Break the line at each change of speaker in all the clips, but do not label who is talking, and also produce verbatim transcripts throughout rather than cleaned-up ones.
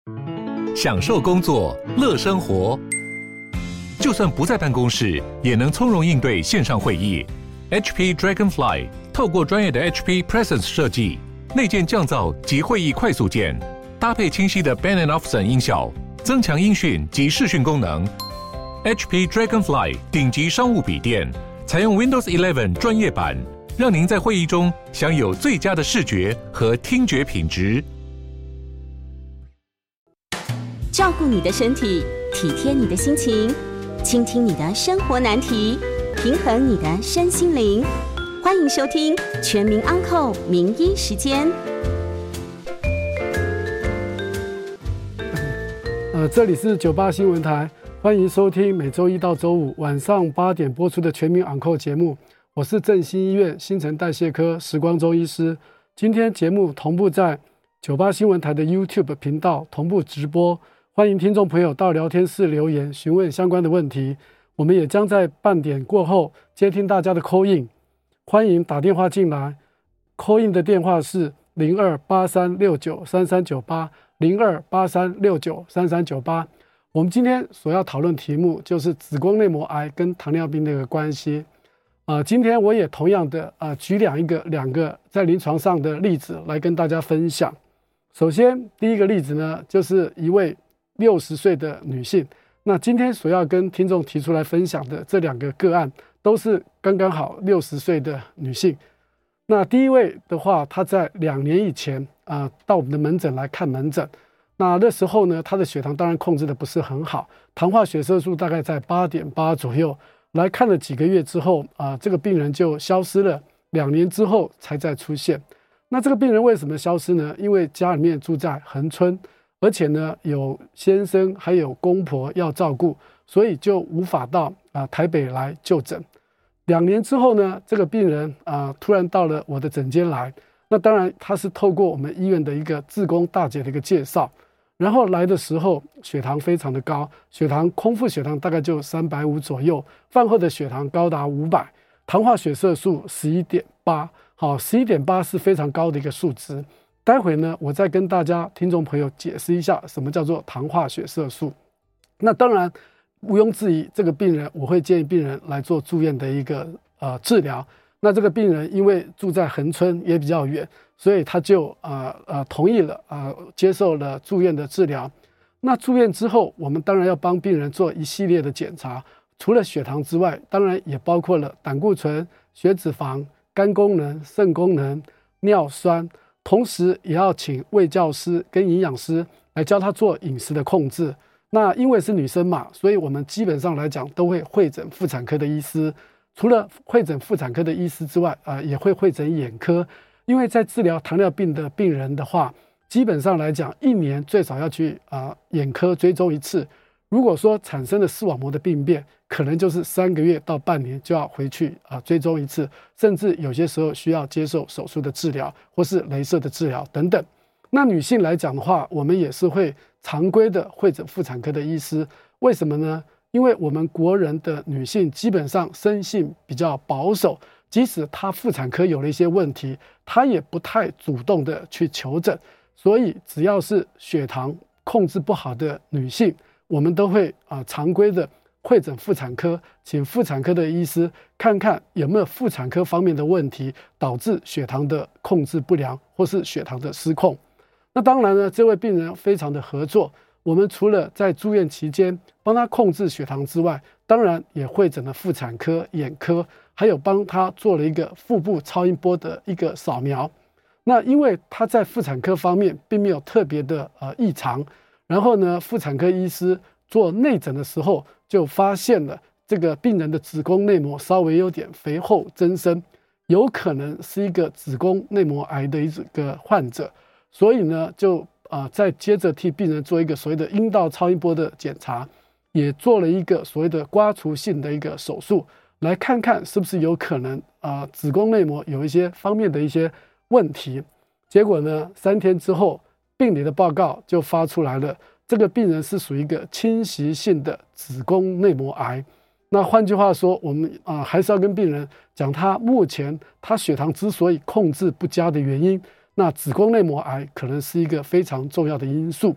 享受工作，乐生活。就算不在办公室，也能从容应对线上会议。H P Dragonfly 透过专业的 H P Presence 设计，内建降噪及会议快速键，搭配清晰的 Bang and Olufsen 音效，增强音讯及视讯功能。H P Dragonfly 顶级商务笔电，采用 Windows 十一专业版，让您在会议中享有最佳的视觉和听觉品质。
照顾你的身体，体贴你的心情，倾听你的生活难题，平衡你的身心灵。欢迎收听全民安扣名医时间。
呃，这里是九八新闻台，欢迎收听每周一到周五晚上八点播出的全民安扣节目。我是振兴医院新陈代谢科时光周医师。今天节目同步在九八新闻台的 YouTube 频道同步直播。欢迎听众朋友到聊天室留言询问相关的问题，我们也将在半点过后接听大家的 call in， 欢迎打电话进来。 call in 的电话是零二八三六九三三九八 零二八三六九三三九八。我们今天所要讨论题目就是子宫内膜癌跟糖尿病的一个关系。呃、今天我也同样的、呃、举两个两个在临床上的例子来跟大家分享。首先第一个例子呢，就是一位六十岁的女性。那今天所要跟听众提出来分享的这两个个案都是刚刚好六十岁的女性。那第一位的话，她在两年以前、呃、到我们的门诊来看门诊。那那时候呢，她的血糖当然控制的不是很好，糖化血色素大概在 八点八 左右。来看了几个月之后、呃、这个病人就消失了，两年之后才再出现。那这个病人为什么消失呢？因为家里面住在恒春，而且呢有先生还有公婆要照顾，所以就无法到、呃、台北来就诊。两年之后呢，这个病人、呃、突然到了我的诊间来。那当然他是透过我们医院的一个志工大姐的一个介绍，然后来的时候血糖非常的高，血糖空腹血糖大概就三百五十左右，饭后的血糖高达五百，糖化血色素 十一点八， 好 十一点八 是非常高的一个数值。待会呢，我再跟大家听众朋友解释一下什么叫做糖化血色素。那当然毋庸置疑，这个病人我会建议病人来做住院的一个呃治疗。那这个病人因为住在恒春也比较远，所以他就呃呃同意了呃接受了住院的治疗。那住院之后，我们当然要帮病人做一系列的检查，除了血糖之外，当然也包括了胆固醇、血脂肪、肝功能、肾功能、尿酸。同时也要请卫教师跟营养师来教他做饮食的控制。那因为是女生嘛，所以我们基本上来讲都会会诊妇产科的医师。除了会诊妇产科的医师之外、呃、也会会诊眼科。因为在治疗糖尿病的病人的话，基本上来讲一年最少要去、呃、眼科追踪一次。如果说产生了视网膜的病变，可能就是三个月到半年就要回去、呃、追踪一次，甚至有些时候需要接受手术的治疗或是雷射的治疗等等。那女性来讲的话，我们也是会常规的会诊妇产科的医师。为什么呢？因为我们国人的女性基本上生性比较保守，即使她妇产科有了一些问题，她也不太主动的去求诊。所以只要是血糖控制不好的女性，我们都会、呃、常规的会诊妇产科，请妇产科的医师看看有没有妇产科方面的问题导致血糖的控制不良或是血糖的失控。那当然呢，这位病人非常的合作，我们除了在住院期间帮他控制血糖之外，当然也会诊了妇产科、眼科，还有帮他做了一个腹部超音波的一个扫描。那因为他在妇产科方面并没有特别的、呃、异常，然后呢，妇产科医师做内诊的时候就发现了这个病人的子宫内膜稍微有点肥厚增生，有可能是一个子宫内膜癌的一个患者。所以呢，就、呃、再接着替病人做一个所谓的阴道超音波的检查，也做了一个所谓的刮除性的一个手术，来看看是不是有可能、呃、子宫内膜有一些方面的一些问题。结果呢，三天之后病理的报告就发出来了，这个病人是属于一个侵袭性的子宫内膜癌。那换句话说，我们、呃、还是要跟病人讲，他目前他血糖之所以控制不佳的原因，那子宫内膜癌可能是一个非常重要的因素。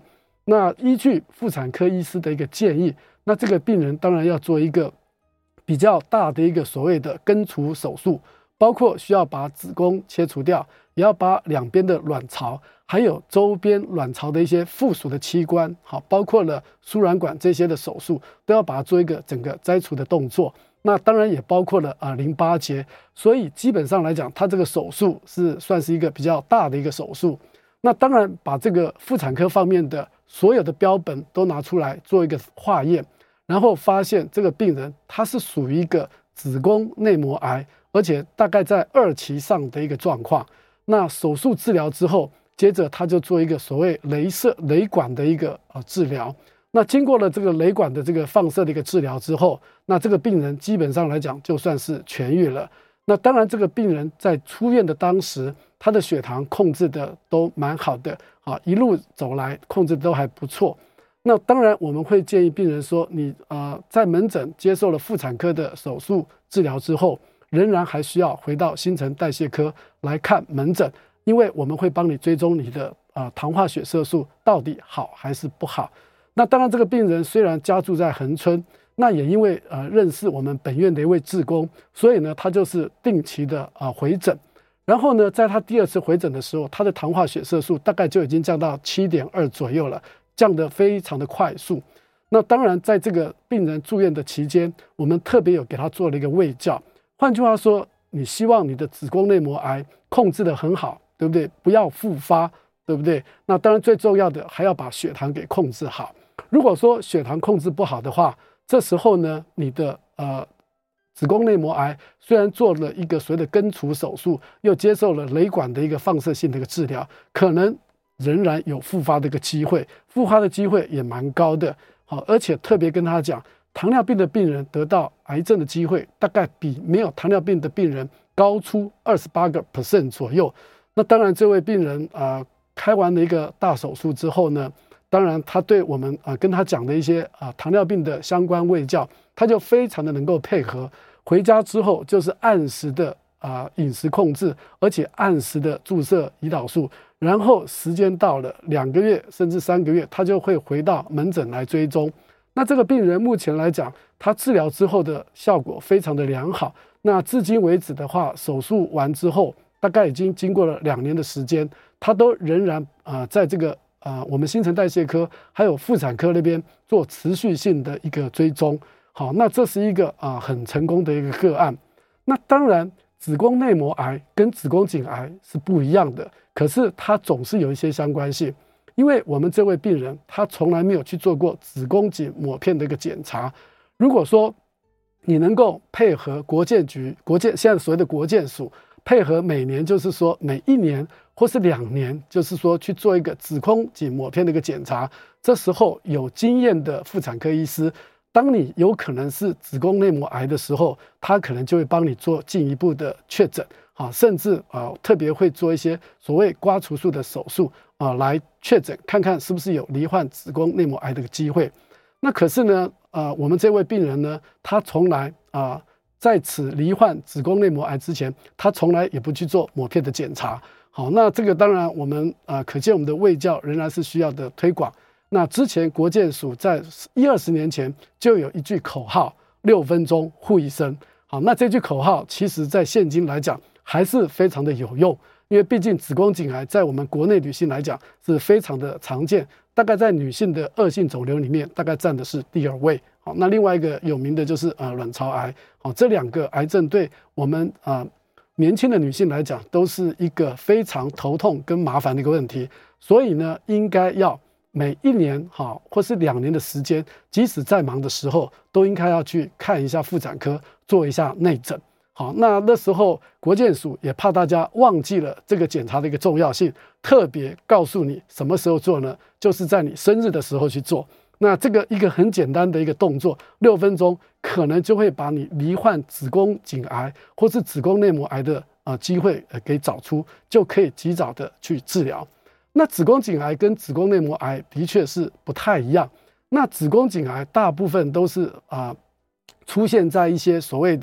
那依据妇产科医师的一个建议，那这个病人当然要做一个比较大的一个所谓的根除手术，包括需要把子宫切除掉，也要把两边的卵巢还有周边卵巢的一些附属的器官，好，包括了输卵管这些的手术，都要把它做一个整个摘除的动作。那当然也包括了啊淋巴结，所以基本上来讲，它这个手术是算是一个比较大的一个手术。那当然把这个妇产科方面的所有的标本都拿出来做一个化验，然后发现这个病人他是属于一个子宫内膜癌，而且大概在二期上的一个状况。那手术治疗之后，接着他就做一个所谓雷射雷管的一个呃治疗。那经过了这个雷管的这个放射的一个治疗之后，那这个病人基本上来讲就算是痊愈了。那当然这个病人在出院的当时，他的血糖控制的都蛮好的啊，一路走来控制都还不错。那当然我们会建议病人说，你呃在门诊接受了妇产科的手术治疗之后，仍然还需要回到新陈代谢科来看门诊，因为我们会帮你追踪你的呃糖化血色素到底好还是不好。那当然这个病人虽然家住在恒春，那也因为呃认识我们本院的一位志工，所以呢他就是定期的啊、呃、回诊。然后呢在他第二次回诊的时候，他的糖化血色素大概就已经降到 七点二 左右了，降得非常的快速。那当然在这个病人住院的期间，我们特别有给他做了一个卫教。换句话说，你希望你的子宫内膜癌控制得很好，对不对？不要复发，对不对？那当然最重要的还要把血糖给控制好。如果说血糖控制不好的话，这时候呢，你的呃子宫内膜癌虽然做了一个所谓的根除手术，又接受了雷管的一个放射性的一个治疗，可能仍然有复发的一个机会，复发的机会也蛮高的。好，而且特别跟他讲，糖尿病的病人得到癌症的机会，大概比没有糖尿病的病人高出 百分之二十八 左右。那当然，这位病人啊、呃，开完了一个大手术之后呢，当然他对我们啊、呃、跟他讲的一些啊、呃、糖尿病的相关卫教，他就非常的能够配合。回家之后就是按时的啊、呃、饮食控制，而且按时的注射胰岛素，然后时间到了两个月甚至三个月，他就会回到门诊来追踪。那这个病人目前来讲，他治疗之后的效果非常的良好。那至今为止的话，手术完之后，大概已经经过了两年的时间，他都仍然啊、呃、在这个啊、呃、我们新陈代谢科还有妇产科那边做持续性的一个追踪。好，那这是一个啊、呃、很成功的一个个案。那当然，子宫内膜癌跟子宫颈癌是不一样的，可是它总是有一些相关性。因为我们这位病人他从来没有去做过子宫颈抹片的一个检查。如果说你能够配合国健局、国健现在所谓的国健署，配合每年就是说每一年或是两年，就是说去做一个子宫颈抹片的一个检查，这时候有经验的妇产科医师，当你有可能是子宫内膜癌的时候，他可能就会帮你做进一步的确诊。啊，甚至啊、呃，特别会做一些所谓刮除术的手术啊、呃，来确诊看看是不是有罹患子宫内膜癌的机会。那可是呢，呃，我们这位病人呢，他从来啊、呃，在此罹患子宫内膜癌之前，他从来也不去做抹片的检查。好，那这个当然我们啊、呃，可见我们的卫教仍然是需要的推广。那之前国健署在一二十年前就有一句口号：六分钟护一生。好，那这句口号其实在现今来讲，还是非常的有用，因为毕竟子宫颈癌在我们国内女性来讲是非常的常见，大概在女性的恶性肿瘤里面大概占的是第二位。好，那另外一个有名的就是呃卵巢癌。好，这两个癌症对我们啊、呃、年轻的女性来讲都是一个非常头痛跟麻烦的一个问题，所以呢，应该要每一年好或是两年的时间，即使在忙的时候，都应该要去看一下妇产科，做一下内诊。好，那那时候国健署也怕大家忘记了这个检查的一个重要性，特别告诉你什么时候做呢？就是在你生日的时候去做。那这个一个很简单的一个动作，六分钟可能就会把你罹患子宫颈癌或是子宫内膜癌的呃机会呃给找出，就可以及早的去治疗。那子宫颈癌跟子宫内膜癌的确是不太一样。那子宫颈癌大部分都是啊、呃、出现在一些所谓的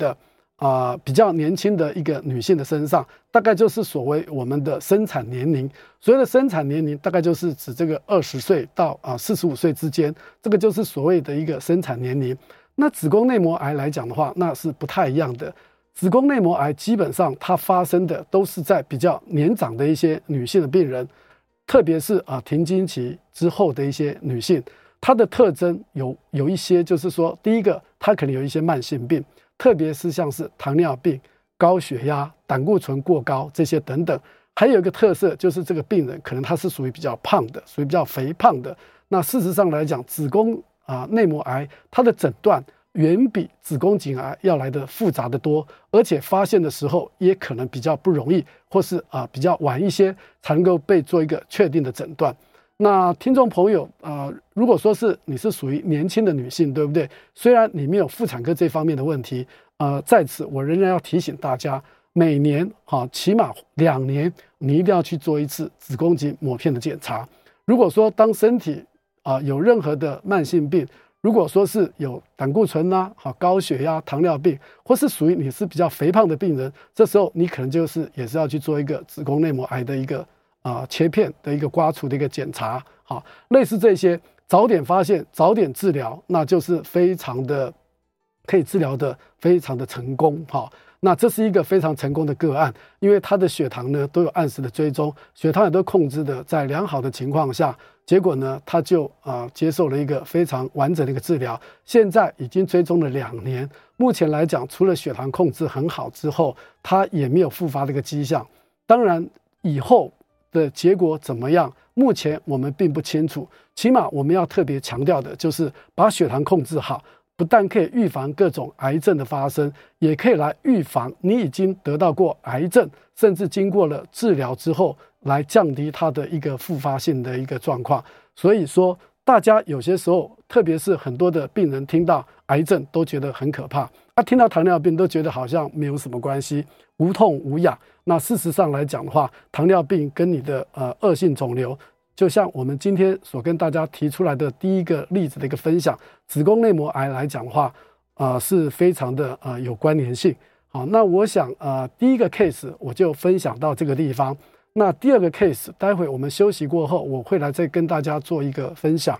啊、呃、比较年轻的一个女性的身上，大概就是所谓我们的生产年龄。所谓的生产年龄，大概就是指这个二十岁到啊四十五岁之间，这个就是所谓的一个生产年龄。那子宫内膜癌来讲的话，那是不太一样的。子宫内膜癌基本上它发生的都是在比较年长的一些女性的病人，特别是啊停经期之后的一些女性，它的特征有有一些就是说，第一个它可能有一些慢性病，特别是像是糖尿病、高血压、胆固醇过高这些等等。还有一个特色就是这个病人可能他是属于比较胖的，属于比较肥胖的。那事实上来讲，子宫啊内膜癌它的诊断远比子宫颈癌要来的复杂的多，而且发现的时候也可能比较不容易，或是啊比较晚一些才能够被做一个确定的诊断。那听众朋友啊、呃，如果说是你是属于年轻的女性，对不对？虽然你没有妇产科这方面的问题，呃，在此我仍然要提醒大家，每年哈、啊、起码两年你一定要去做一次子宫颈抹片的检查。如果说当身体啊、呃、有任何的慢性病，如果说是有胆固醇啊、高血压、糖尿病，或是属于你是比较肥胖的病人，这时候你可能就是也是要去做一个子宫内膜癌的一个啊、呃、切片的一个刮除的一个检查。好，类似这些早点发现、早点治疗，那就是非常的可以治疗的非常的成功。好，那这是一个非常成功的个案，因为他的血糖呢都有按时的追踪，血糖也都控制的在良好的情况下。结果呢，他就啊、呃、接受了一个非常完整的一个治疗，现在已经追踪了两年。目前来讲，除了血糖控制很好之后，他也没有复发的一个迹象。当然，以后的结果怎么样，目前我们并不清楚。起码我们要特别强调的就是把血糖控制好，不但可以预防各种癌症的发生，也可以来预防你已经得到过癌症，甚至经过了治疗之后，来降低它的一个复发性的一个状况。所以说，大家有些时候，特别是很多的病人听到癌症都觉得很可怕，啊，听到糖尿病都觉得好像没有什么关系，无痛无痒。那事实上来讲的话，糖尿病跟你的呃恶性肿瘤，就像我们今天所跟大家提出来的第一个例子的一个分享，子宫内膜癌来讲的话，呃是非常的呃有关联性。好，那我想呃第一个 case 我就分享到这个地方。那第二个 case， 待会我们休息过后，我会来再跟大家做一个分享。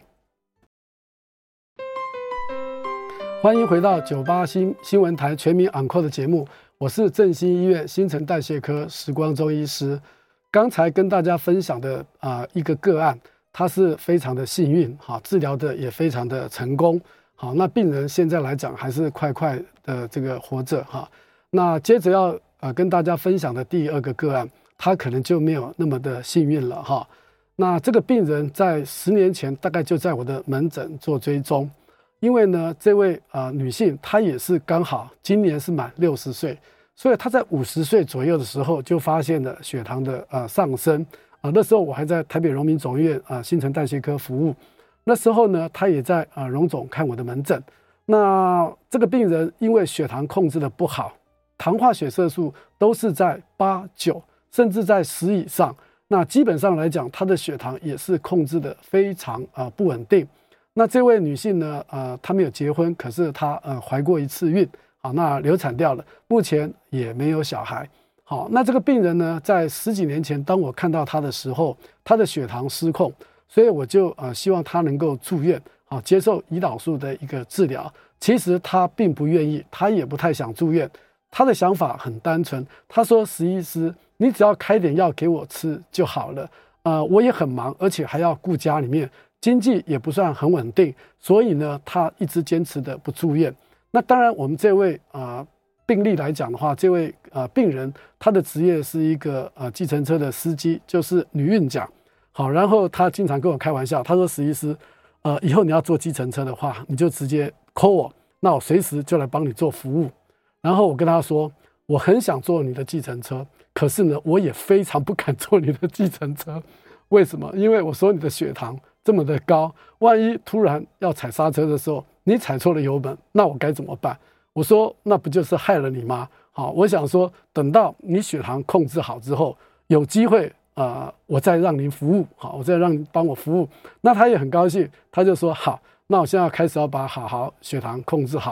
欢迎回到九八新新闻台全民昂扣的节目，我是振兴医院新陈代谢科时光中医师。刚才跟大家分享的啊、呃、一个个案，他是非常的幸运，哈，治疗的也非常的成功。好，那病人现在来讲还是快快的这个活着哈。那接着要呃跟大家分享的第二个个案，他可能就没有那么的幸运了哈。那这个病人在十年前大概就在我的门诊做追踪，因为呢这位呃女性她也是刚好今年是满六十岁，所以她在五十岁左右的时候就发现了血糖的呃上升啊、呃。那时候我还在台北荣民总医院啊、呃、新陈代谢科服务，那时候呢她也在啊、呃、荣总看我的门诊。那这个病人因为血糖控制的不好，糖化血色素都是在八九。甚至在十以上，那基本上来讲，她的血糖也是控制的非常啊、呃、不稳定。那这位女性呢，呃，她没有结婚，可是她呃怀过一次孕，好，那流产掉了，目前也没有小孩。好，那这个病人呢，在十几年前，当我看到她的时候，她的血糖失控，所以我就呃希望她能够住院，好，接受胰岛素的一个治疗。其实她并不愿意，她也不太想住院。她的想法很单纯，她说：“石医师，你只要开点药给我吃就好了。呃，我也很忙，而且还要顾家里面，经济也不算很稳定，所以呢，她一直坚持的不住院。那当然，我们这位啊、呃、病例来讲的话，这位呃病人她的职业是一个呃计程车的司机，就是女运奖。好，然后她经常跟我开玩笑，她说：石医师，呃，以后你要坐计程车的话，你就直接 call 我，那我随时就来帮你做服务。”然后我跟他说，我很想坐你的计程车，可是呢，我也非常不敢坐你的计程车。为什么？因为我说你的血糖这么的高，万一突然要踩刹车的时候，你踩错了油门，那我该怎么办？我说那不就是害了你吗？好，我想说，等到你血糖控制好之后，有机会呃，我再让您服务，好，我再让你帮我服务。那他也很高兴，他就说好，那我现在开始要把好好血糖控制好。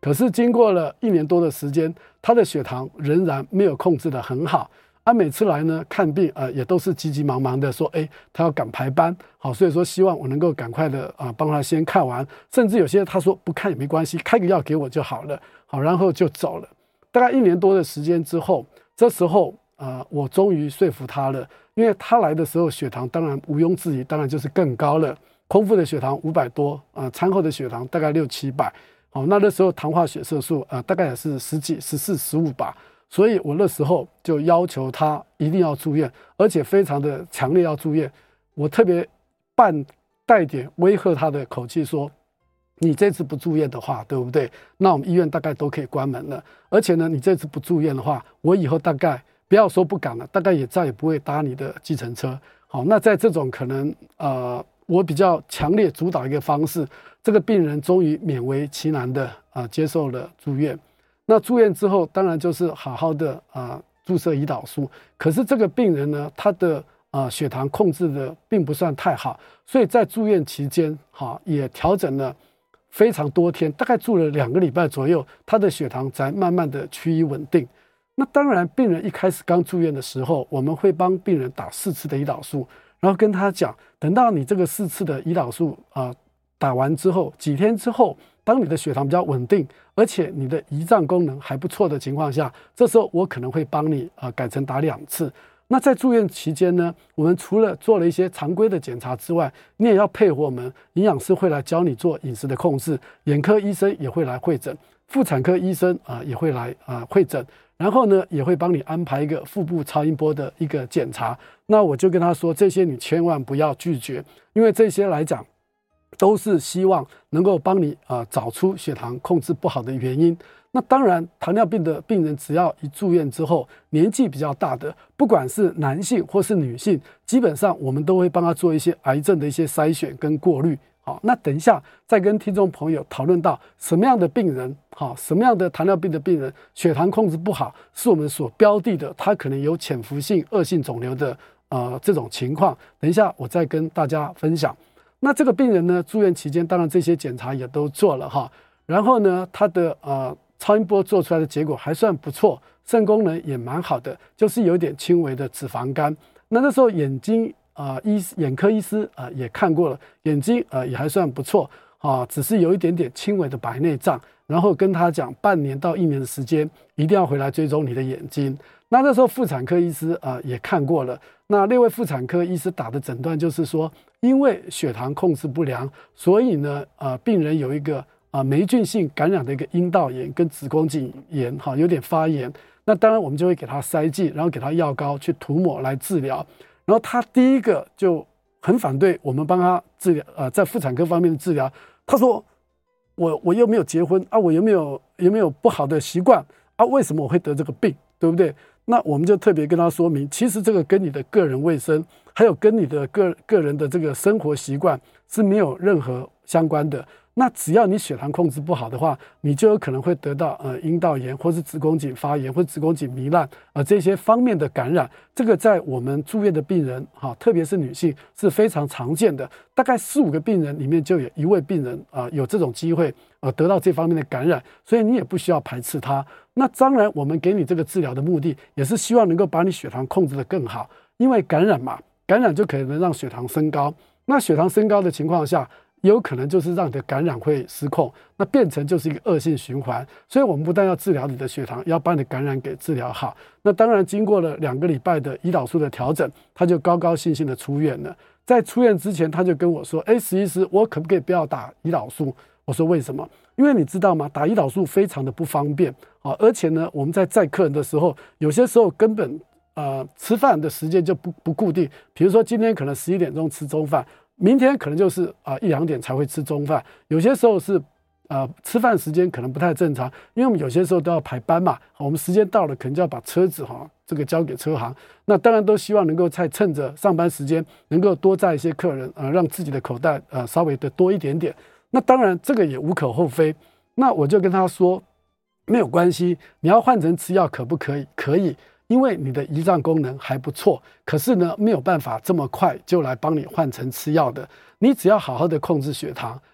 可是经过了一年多的时间，他的血糖仍然没有控制得很好。啊，每次来呢看病，呃，也都是急急忙忙的说，哎，他要赶排班，好，所以说希望我能够赶快的啊、呃、帮他先看完，甚至有些他说不看也没关系，开个药给我就好了，好，然后就走了。大概一年多的时间之后，这时候呃，我终于说服他了，因为他来的时候血糖当然毋庸置疑，当然就是更高了，空腹的血糖五百多，啊、呃，餐后的血糖大概六七百，好，那那时候糖化血色素啊、呃、大概也是十几、十四、十五吧。所以我那时候就要求他一定要住院，而且非常的强烈要住院。我特别半带点威吓他的口气说，你这次不住院的话，对不对？那我们医院大概都可以关门了。而且呢，你这次不住院的话，我以后大概不要说不敢了，大概也再也不会搭你的计程车。好，那在这种可能呃，我比较强烈主导一个方式，这个病人终于勉为其难的啊、呃、接受了住院。那住院之后，当然就是好好的啊、呃、注射胰岛素。可是这个病人呢，他的啊、呃、血糖控制的并不算太好，所以在住院期间，哈、也调整了非常多天，大概住了两个礼拜左右，他的血糖才慢慢的趋于稳定。那当然，病人一开始刚住院的时候，我们会帮病人打四次的胰岛素，然后跟他讲，等到你这个四次的胰岛素啊、呃、打完之后，几天之后，当你的血糖比较稳定，而且你的胰脏功能还不错的情况下，这时候我可能会帮你啊、呃、改成打两次。那在住院期间呢，我们除了做了一些常规的检查之外，你也要配合我们营养师会来教你做饮食的控制，眼科医生也会来会诊，妇产科医生啊、呃、也会来啊、呃、会诊，然后呢也会帮你安排一个腹部超音波的一个检查。那我就跟他说，这些你千万不要拒绝，因为这些来讲都是希望能够帮你啊、呃、找出血糖控制不好的原因。那当然，糖尿病的病人只要一住院之后，年纪比较大的，不管是男性或是女性，基本上我们都会帮他做一些癌症的一些筛选跟过滤。好，那等一下再跟听众朋友讨论到什么样的病人，好，什么样的糖尿病的病人血糖控制不好，是我们所标的的，他可能有潜伏性恶性肿瘤的呃这种情况。等一下我再跟大家分享。那这个病人呢，住院期间当然这些检查也都做了哈，然后呢，他的呃超音波做出来的结果还算不错，肾功能也蛮好的，就是有点轻微的脂肪肝。那那时候眼睛啊、呃，医眼科医师啊、呃、也看过了，眼睛呃也还算不错啊，只是有一点点轻微的白内障。然后跟他讲，半年到一年的时间一定要回来追踪你的眼睛。那那时候妇产科医师啊、呃、也看过了，那那位妇产科医师打的诊断就是说，因为血糖控制不良，所以呢呃病人有一个啊，霉菌性感染的一个阴道炎跟子宫颈炎，哈，有点发炎。那当然我们就会给他塞剂，然后给他药膏去涂抹来治疗。然后他第一个就很反对我们帮他治疗，呃，在妇产科方面的治疗。他说：“我我又没有结婚啊，我有没有有没有不好的习惯啊？为什么我会得这个病？对不对？”那我们就特别跟他说明，其实这个跟你的个人卫生，还有跟你的个个人的这个生活习惯是没有任何相关的。那只要你血糖控制不好的话，你就有可能会得到呃阴道炎，或是子宫颈发炎，或是子宫颈糜烂呃这些方面的感染。这个在我们住院的病人哈，特别是女性是非常常见的。大概四五个病人里面就有一位病人啊、呃、有这种机会呃得到这方面的感染，所以你也不需要排斥它。那当然，我们给你这个治疗的目的也是希望能够把你血糖控制得更好，因为感染嘛，感染就可能让血糖升高。那血糖升高的情况下，也有可能就是让你的感染会失控，那变成就是一个恶性循环。所以我们不但要治疗你的血糖，要把你的感染给治疗好。那当然经过了两个礼拜的胰岛素的调整，他就高高兴兴的出院了。在出院之前，他就跟我说：“哎，石医师，我可不可以不要打胰岛素？”我说：“为什么？因为你知道吗？打胰岛素非常的不方便啊，而且呢，我们在载客人的时候，有些时候根本呃吃饭的时间就不不固定。比如说今天可能十一点钟吃中饭。”明天可能就是啊、呃、一两点才会吃中饭，有些时候是呃吃饭时间可能不太正常，因为我们有些时候都要排班嘛，我们时间到了可能就要把车子哈这个交给车行，那当然都希望能够在趁着上班时间能够多载一些客人，呃让自己的口袋呃稍微的多一点点。那当然这个也无可厚非，那我就跟他说没有关系，你要换成吃药可不可以？可以。因为你的胰脏功能还不错，可是呢没有办法这么快就来帮你换成吃药的。你只要好好的控制血糖，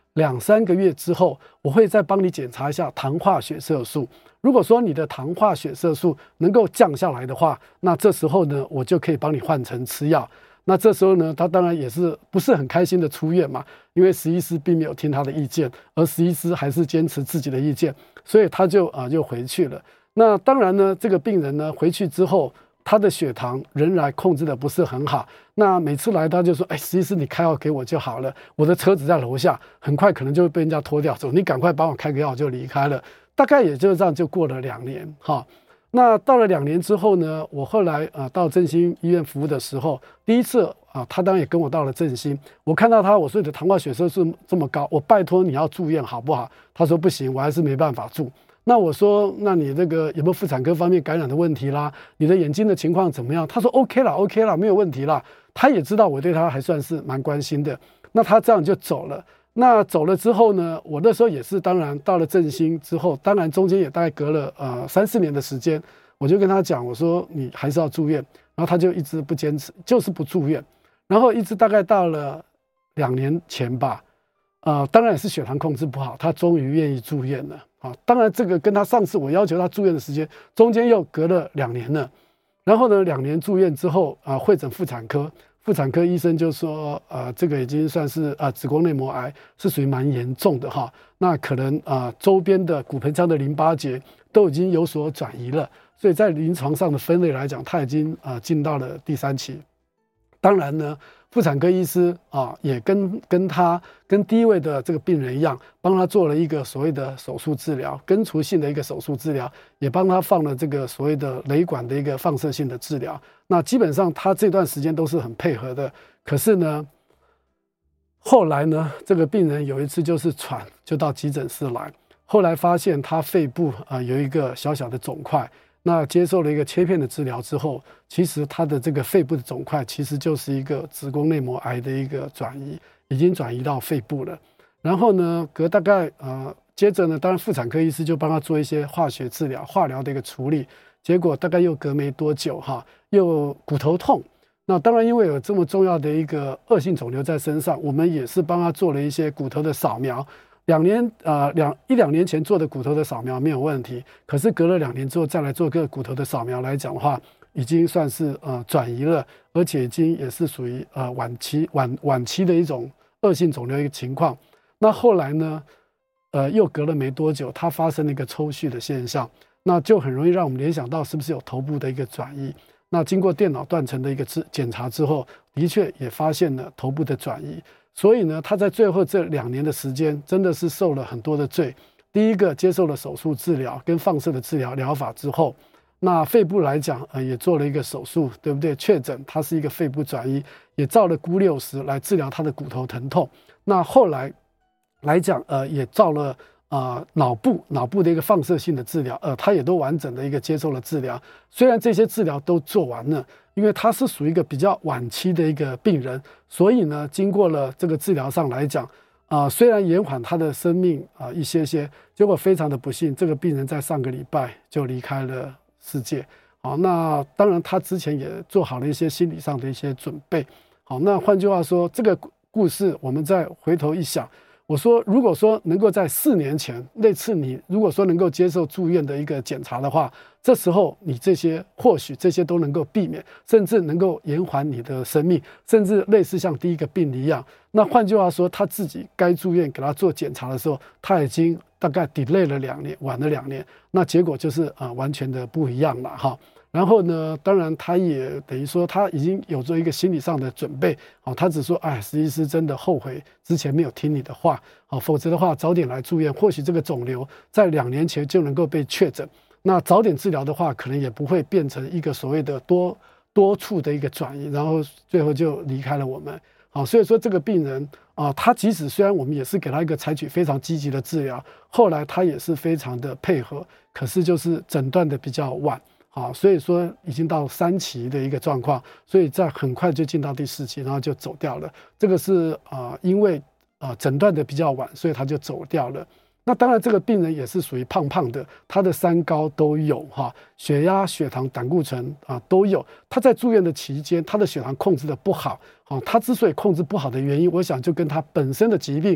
两三个月之后，我会再帮你检查一下糖化血色素。如果说你的糖化血色素能够降下来的话，那这时候呢，我就可以帮你换成吃药。那这时候呢，他当然也是不是很开心的出院嘛，因为石医师并没有听他的意见，而石医师还是坚持自己的意见，所以他就啊、呃、就回去了。那当然呢，这个病人呢回去之后，他的血糖仍然控制的不是很好。那每次来他就说：“哎，石医师，你开药给我就好了，我的车子在楼下，很快可能就会被人家拖掉走，你赶快帮我开个药就离开了。”大概也就这样就过了两年哈。那到了两年之后呢，我后来啊、呃、到振兴医院服务的时候，第一次啊，他当然也跟我到了振兴，我看到他，我说你的糖化血色素这么高，我拜托你要住院好不好？他说不行，我还是没办法住。那我说，那你这个有没有妇产科方面感染的问题啦？你的眼睛的情况怎么样？他说 OK 啦 OK 啦，没有问题啦。他也知道我对他还算是蛮关心的。那他这样就走了。那走了之后呢，我那时候也是，当然到了振兴之后，当然中间也大概隔了呃三四年的时间，我就跟他讲，我说你还是要住院，然后他就一直不坚持，就是不住院，然后一直大概到了两年前吧，呃，当然也是血糖控制不好，他终于愿意住院了啊。当然这个跟他上次我要求他住院的时间中间又隔了两年了，然后呢，两年住院之后啊、呃，会诊妇产科。妇产科医生就说，呃，这个已经算是啊、呃、子宫内膜癌，是属于蛮严重的哈。那可能啊、呃、周边的骨盆腔的淋巴结都已经有所转移了，所以在临床上的分类来讲，它已经啊、呃、进到了第三期。当然呢，妇产科医师啊也跟跟他跟第一位的这个病人一样，帮他做了一个所谓的手术治疗，根除性的一个手术治疗，也帮他放了这个所谓的雷管的一个放射性的治疗。那基本上他这段时间都是很配合的。可是呢，后来呢，这个病人有一次就是喘，就到急诊室来，后来发现他肺部啊、呃、有一个小小的肿块。那接受了一个切片的治疗之后，其实他的这个肺部的肿块其实就是一个子宫内膜癌的一个转移，已经转移到肺部了。然后呢，隔大概呃，接着呢，当然妇产科医师就帮他做一些化学治疗、化疗的一个处理。结果大概又隔没多久哈，又骨头痛。那当然因为有这么重要的一个恶性肿瘤在身上，我们也是帮他做了一些骨头的扫描。两年呃两一两年前做的骨头的扫描没有问题，可是隔了两年之后再来做个骨头的扫描来讲的话，已经算是呃转移了，而且已经也是属于呃晚期晚晚期的一种恶性肿瘤一个情况。那后来呢，呃又隔了没多久，它发生了一个抽搐的现象，那就很容易让我们联想到是不是有头部的一个转移。那经过电脑断层的一个检查之后，的确也发现了头部的转移。所以呢，他在最后这两年的时间，真的是受了很多的罪。第一个接受了手术治疗跟放射的治疗疗法之后，那肺部来讲，呃，也做了一个手术，对不对？确诊它是一个肺部转移，也照了钴六十来治疗他的骨头疼痛。那后来来讲，呃，也照了啊、呃、脑部脑部的一个放射性的治疗，呃，他也都完整的一个接受了治疗。虽然这些治疗都做完了，因为他是属于一个比较晚期的一个病人，所以呢，经过了这个治疗上来讲，啊、呃，虽然延缓他的生命啊、呃、一些些，结果非常的不幸，这个病人在上个礼拜就离开了世界。好，那当然他之前也做好了一些心理上的一些准备。好，那换句话说，这个故事我们再回头一想。我说，如果说能够在四年前那次你如果说能够接受住院的一个检查的话，这时候你这些或许这些都能够避免，甚至能够延缓你的生命，甚至类似像第一个病例一样。那换句话说，他自己该住院给他做检查的时候，他已经大概 delay 了两年，晚了两年，那结果就是啊、呃、完全的不一样了哈。然后呢，当然他也等于说他已经有做一个心理上的准备，哦，他只说，哎，石医师真的后悔之前没有听你的话，哦，否则的话早点来住院，或许这个肿瘤在两年前就能够被确诊，那早点治疗的话，可能也不会变成一个所谓的多多处的一个转移，然后最后就离开了我们。好，所以说这个病人啊、呃，他即使虽然我们也是给他一个采取非常积极的治疗，后来他也是非常的配合，可是就是诊断的比较晚。啊，所以说已经到三期的一个状况，所以在很快就进到第四期，然后就走掉了。这个是啊、呃，因为啊、呃、诊断的比较晚，所以他就走掉了。那当然，这个病人也是属于胖胖的，他的三高都有哈，血压、血糖、胆固醇啊都有。他在住院的期间，他的血糖控制的不好，啊，他之所以控制不好的原因，我想就跟他本身的疾病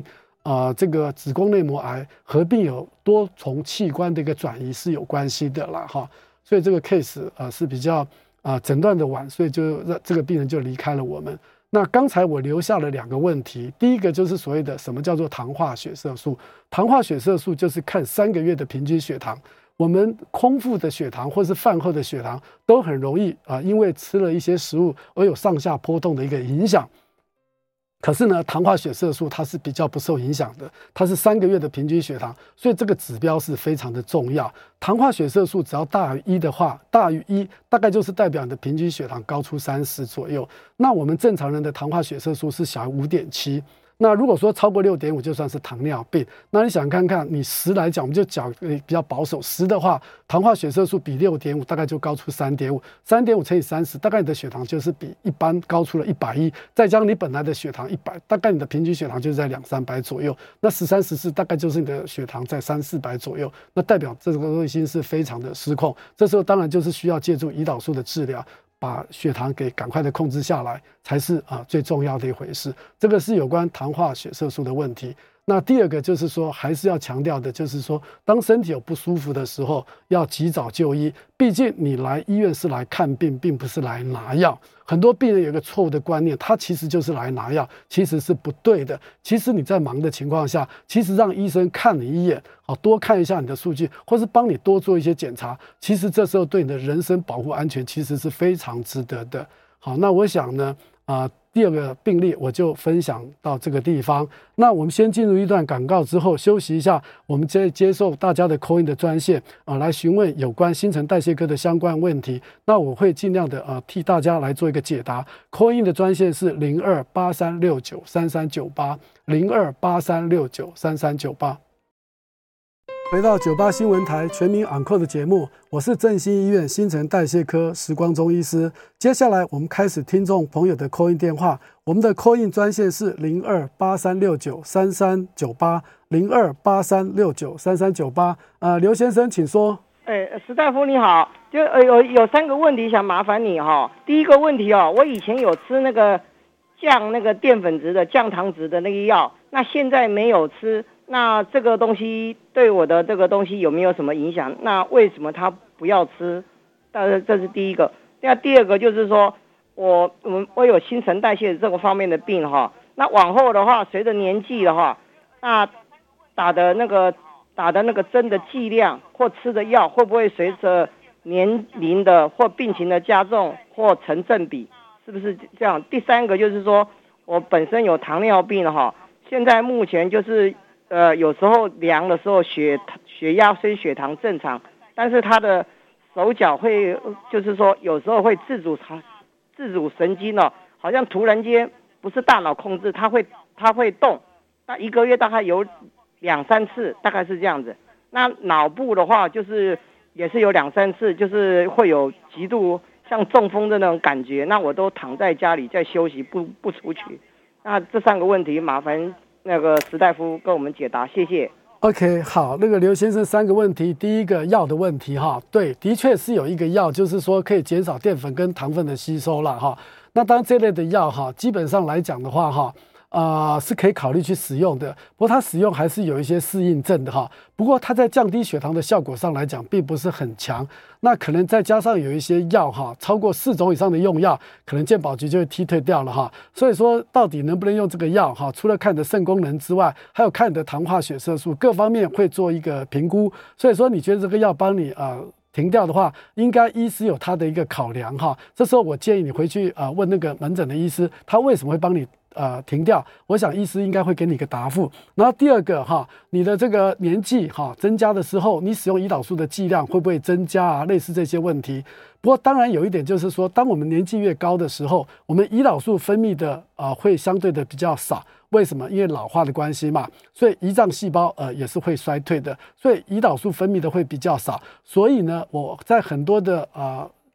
啊、呃、这个子宫内膜癌合并有多重器官的一个转移是有关系的啦哈，所以这个 case 呃是比较啊诊断的晚，所以就这个病人就离开了我们。那刚才我留下了两个问题，第一个就是所谓的什么叫做糖化血色素，糖化血色素就是看三个月的平均血糖。我们空腹的血糖或是饭后的血糖都很容易啊、呃，因为吃了一些食物而有上下波动的一个影响。可是呢，糖化血色素它是比较不受影响的，它是三个月的平均血糖，所以这个指标是非常的重要。糖化血色素只要大于一的话，大于一大概就是代表你的平均血糖高出三十左右。那我们正常人的糖化血色素是小于 五点七。那如果说超过 六点五 就算是糖尿病，那你想看看你十来讲，我们就讲比较保守，十的话，糖化血色素比 六点五 大概就高出 三点五， 三点五乘以三十，大概你的血糖就是比一般高出了一百一，再加上你本来的血糖一百，大概你的平均血糖就是在两三百左右，那十三、十四大概就是你的血糖在三四百左右，那代表这个卫星是非常的失控，这时候当然就是需要借助胰岛素的治疗，把血糖给赶快的控制下来，才是啊最重要的一回事。这个是有关糖化血色素的问题。那第二个就是说，还是要强调的，就是说，当身体有不舒服的时候，要及早就医。毕竟你来医院是来看病，并不是来拿药。很多病人有一个错误的观念，他其实就是来拿药，其实是不对的。其实你在忙的情况下，其实让医生看你一眼，好多看一下你的数据，或是帮你多做一些检查，其实这时候对你的人身保护安全其实是非常值得的。好，那我想呢，啊、呃。第二个病例我就分享到这个地方。那我们先进入一段广告之后休息一下，我们接接受大家的 call in 的专线啊、呃，来询问有关新陈代谢科的相关问题。那我会尽量的呃替大家来做一个解答。call in 的专线是零二八三六九三三九八 零二八三六九三三九八。回到九八新闻台全民昂扣的节目，我是振兴医院新陈代谢科时光中医师。接下来我们开始听众朋友的 call in 电话，我们的 call in 专线是零二八三六九三三九八 零二八三六九三三九八。呃，刘先生，请说。
哎，石大夫你好，就呃有有三个问题想麻烦你哈、哦。第一个问题哦，我以前有吃那个降那个淀粉质的降糖质的那个药，那现在没有吃。那这个东西对我的这个东西有没有什么影响？那为什么他不要吃？但这是第一个。那第二个就是说，我我我有新陈代谢这个方面的病哈。那往后的话，随着年纪的话，那打的那个打的那个针的剂量或吃的药，会不会随着年龄的或病情的加重或成正比？是不是这样？第三个就是说，我本身有糖尿病哈，现在目前就是。呃，有时候量的时候血血压升血糖正常，但是他的手脚会，就是说有时候会自主自主神经哦，好像突然间不是大脑控制，他会他会动，那一个月大概有两三次，大概是这样子。那脑部的话，就是也是有两三次，就是会有极度像中风的那种感觉，那我都躺在家里在休息，不不出去。那这三个问题麻烦。那个石大夫跟我们解答，谢谢。
OK， 好，那个刘先生三个问题，第一个药的问题哈，对，的确是有一个药，就是说可以减少淀粉跟糖分的吸收了哈。那当然这类的药哈，基本上来讲的话哈，啊、呃、是可以考虑去使用的，不过它使用还是有一些适应症的哈。不过它在降低血糖的效果上来讲，并不是很强。那可能再加上有一些药哈，超过四种以上的用药，可能健保局就会踢退掉了哈。所以说，到底能不能用这个药哈？除了看你的肾功能之外，还有看你的糖化血色素各方面会做一个评估。所以说，你觉得这个药帮你啊？呃停掉的话，应该医师有他的一个考量哈。这时候我建议你回去啊、呃、问那个门诊的医师，他为什么会帮你呃停掉？我想医师应该会给你一个答复。然后第二个哈，你的这个年纪哈增加的时候，你使用胰岛素的剂量会不会增加啊？类似这些问题。不过当然有一点就是说，当我们年纪越高的时候，我们胰岛素分泌的啊、呃、会相对的比较少。为什么？因为老化的关系嘛，所以胰脏细胞呃也是会衰退的，所以胰岛素分泌的会比较少。所以呢，我在很多的呃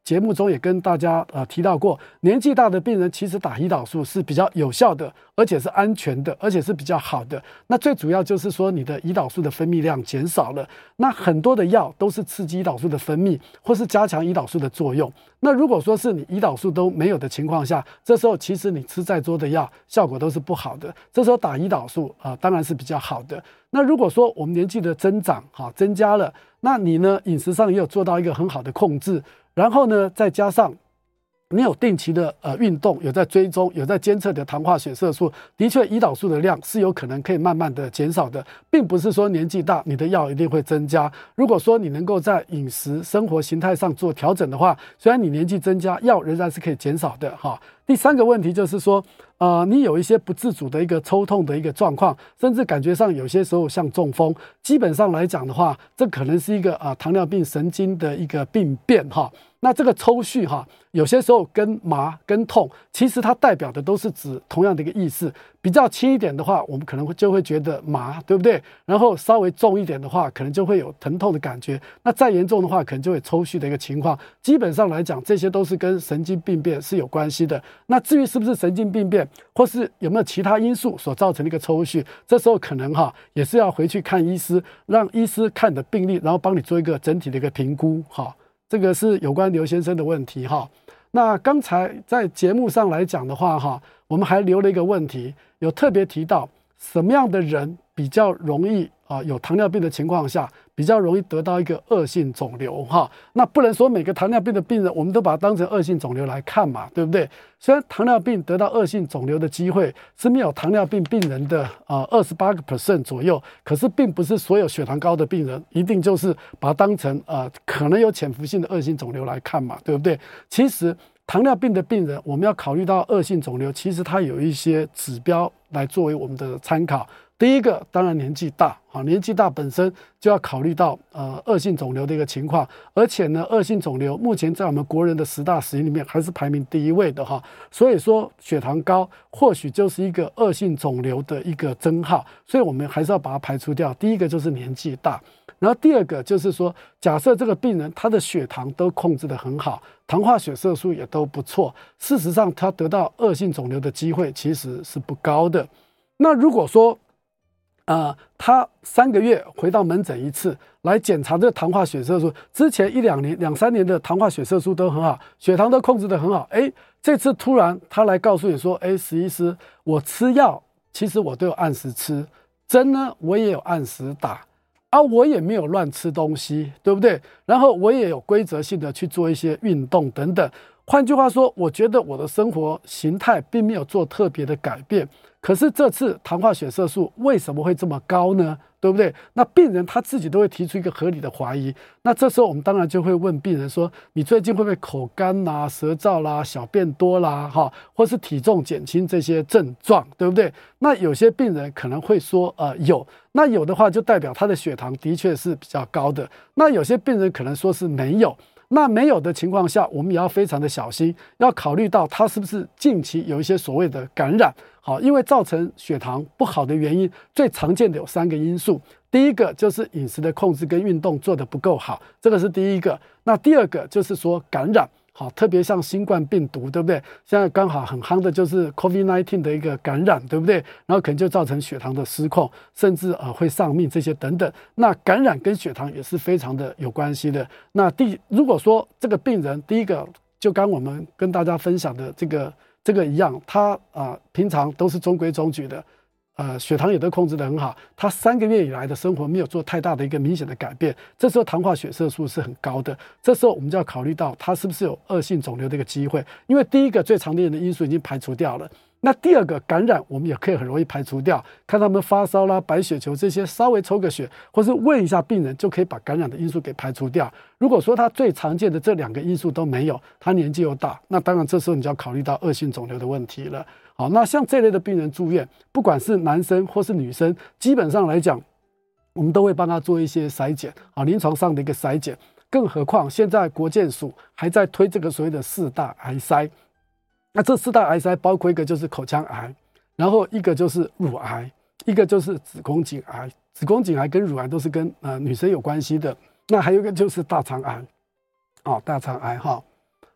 节目中也跟大家呃提到过，年纪大的病人其实打胰岛素是比较有效的，而且是安全的，而且是比较好的。那最主要就是说你的胰岛素的分泌量减少了。那很多的药都是刺激胰岛素的分泌，或是加强胰岛素的作用。那如果说是你胰岛素都没有的情况下，这时候其实你吃再多的药，效果都是不好的。这时候打胰岛素啊、呃，当然是比较好的。那如果说我们年纪的增长哈增加了，那你呢饮食上也有做到一个很好的控制，然后呢再加上你有定期的呃运动，有在追踪，有在监测的糖化血色素，的确胰岛素的量是有可能可以慢慢的减少的，并不是说年纪大你的药一定会增加。如果说你能够在饮食生活形态上做调整的话，虽然你年纪增加，药仍然是可以减少的哈。第三个问题就是说，呃，你有一些不自主的一个抽痛的一个状况，甚至感觉上有些时候像中风。基本上来讲的话，这可能是一个啊、呃、糖尿病神经的一个病变哈。那这个抽搐哈，有些时候跟麻跟痛，其实它代表的都是指同样的一个意思。比较轻一点的话，我们可能就会觉得麻，对不对？然后稍微重一点的话，可能就会有疼痛的感觉。那再严重的话，可能就会抽搐的一个情况。基本上来讲，这些都是跟神经病变是有关系的。那至于是不是神经病变，或是有没有其他因素所造成的一个抽搐，这时候可能哈也是要回去看医师，让医师看你的病历，然后帮你做一个整体的一个评估哈。这个是有关刘先生的问题哈。那刚才在节目上来讲的话哈，我们还留了一个问题，有特别提到什么样的人比较容易啊有糖尿病的情况下比较容易得到一个恶性肿瘤哈。那不能说每个糖尿病的病人我们都把它当成恶性肿瘤来看嘛，对不对？虽然糖尿病得到恶性肿瘤的机会是没有糖尿病病人的呃 百分之二十八 左右，可是并不是所有血糖高的病人一定就是把它当成呃可能有潜伏性的恶性肿瘤来看嘛，对不对？其实糖尿病的病人我们要考虑到恶性肿瘤，其实它有一些指标来作为我们的参考。第一个当然年纪大啊，年纪大本身就要考虑到呃恶性肿瘤的一个情况，而且呢恶性肿瘤目前在我们国人的十大死因里面还是排名第一位的哈，所以说血糖高或许就是一个恶性肿瘤的一个征号，所以我们还是要把它排除掉。第一个就是年纪大，然后第二个就是说，假设这个病人他的血糖都控制得很好，糖化血色素也都不错，事实上他得到恶性肿瘤的机会其实是不高的。那如果说呃，他三个月回到门诊一次来检查这个糖化血色素，之前一两年、两三年的糖化血色素都很好，血糖都控制得很好。哎，这次突然他来告诉你说，哎，史医师，我吃药其实我都有按时吃，针呢我也有按时打，啊，我也没有乱吃东西，对不对？然后我也有规则性的去做一些运动等等。换句话说，我觉得我的生活形态并没有做特别的改变。可是这次糖化血色素为什么会这么高呢？对不对？那病人他自己都会提出一个合理的怀疑。那这时候我们当然就会问病人说：你最近会不会口干啦、舌燥啦、小便多啦，哈，或是体重减轻这些症状，对不对？那有些病人可能会说，呃，有。那有的话就代表他的血糖的确是比较高的。那有些病人可能说是没有。那没有的情况下，我们也要非常的小心，要考虑到他是不是近期有一些所谓的感染。好，因为造成血糖不好的原因，最常见的有三个因素。第一个就是饮食的控制跟运动做得不够好，这个是第一个。那第二个就是说感染。好，特别像新冠病毒，对不对？现在刚好很夯的就是 COVID 十九 的一个感染，对不对？然后可能就造成血糖的失控，甚至呃会丧命这些等等。那感染跟血糖也是非常的有关系的。那第如果说这个病人，第一个就刚我们跟大家分享的这个这个一样，他啊、呃、平常都是中规中矩的。呃，血糖也都控制得很好，他三个月以来的生活没有做太大的一个明显的改变，这时候糖化血色素是很高的，这时候我们就要考虑到他是不是有恶性肿瘤的一个机会，因为第一个最常见的因素已经排除掉了，那第二个感染我们也可以很容易排除掉，看他们发烧啦、白血球这些，稍微抽个血或是问一下病人就可以把感染的因素给排除掉。如果说他最常见的这两个因素都没有，他年纪又大，那当然这时候你就要考虑到恶性肿瘤的问题了。好，那像这类的病人住院，不管是男生或是女生，基本上来讲，我们都会帮他做一些筛检啊，临床上的一个筛检。更何况现在国健署还在推这个所谓的四大癌筛，那这四大癌筛包括一个就是口腔癌，然后一个就是乳癌，一个就是子宫颈癌。子宫颈癌跟乳癌都是跟呃女生有关系的。那还有一个就是大肠癌，哦，大肠癌哈。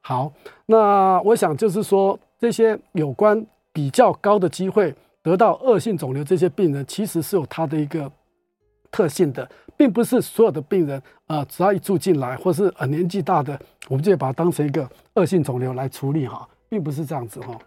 好，那我想就是说，这些有关比较高的机会得到恶性肿瘤这些病人，其实是有它的一个特性的，并不是所有的病人呃，只要一住进来，或是呃年纪大的，我们就把它当成一个恶性肿瘤来处理哈，并不是这样子哈。